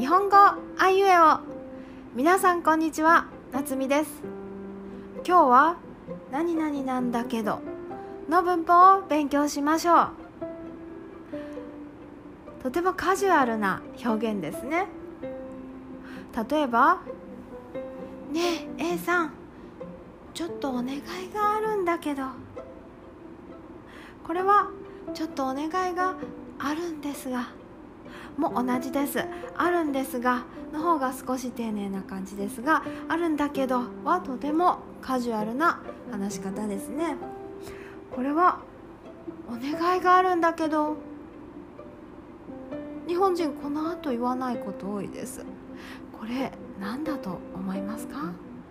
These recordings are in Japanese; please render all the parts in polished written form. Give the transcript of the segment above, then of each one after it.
日本語あいうえお。皆さんこんにちは、なつみです。今日は何々なんだけどの文法を勉強しましょう。とてもカジュアルな表現ですね。例えば、ねえ A さん、ちょっとお願いがあるんだけど。これはちょっとお願いがあるんですがも同じです。あるんですがの方が少し丁寧な感じですが、あるんだけどはとてもカジュアルな話し方ですね。これはお願いがあるんだけど、日本人この後言わないこと多いです。これ何だと思いますか？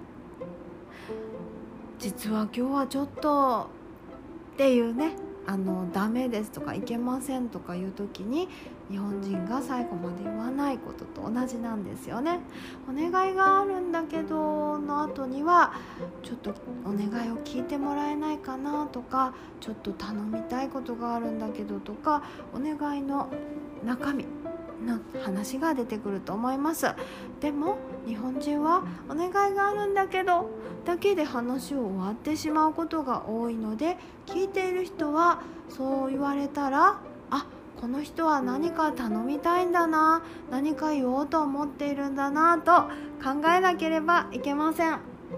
実は今日はちょっとっていうね、ダメですとかいけませんとかいう時に日本人が最後まで言わないことと同じなんですよね。お願いがあるんだけどの後にはちょっとお願いを聞いてもらえないかなとか、ちょっと頼みたいことがあるんだけどとか、お願いの中身の話が出てくると思います。でも日本人はお願いがあるんだけどだけで話を終わってしまうことが多いので、聞いている人はそう言われたら、あ、この人は何か頼みたいんだな、何か言おうと思っているんだなと考えなければいけません。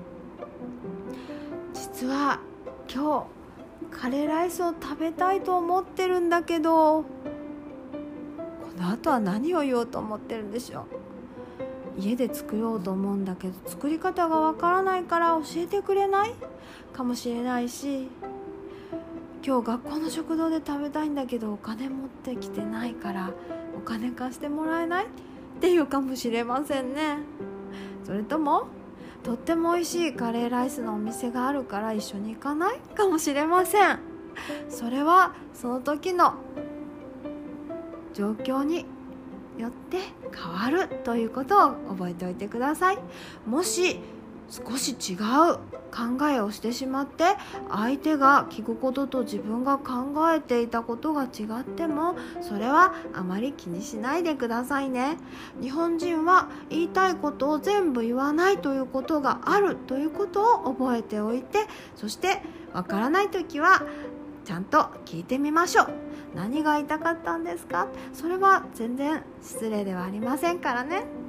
実は今日カレーライスを食べたいと思ってるんだけど、この後は何を言おうと思ってるんでしょう。家で作ろうと思うんだけど作り方がわからないから教えてくれないかもしれないし、今日学校の食堂で食べたいんだけどお金持ってきてないからお金貸してもらえないっていうかもしれませんね。それともとっても美味しいカレーライスのお店があるから一緒に行かないかもしれません。それはその時の状況によって変わるということを覚えておいてください。もし少し違う考えをしてしまって相手が聞くことと自分が考えていたことが違っても、それはあまり気にしないでくださいね。日本人は言いたいことを全部言わないということがあるということを覚えておいて、そしてわからないときはちゃんと聞いてみましょう。何が言いたかったんですか？それは全然失礼ではありませんからね。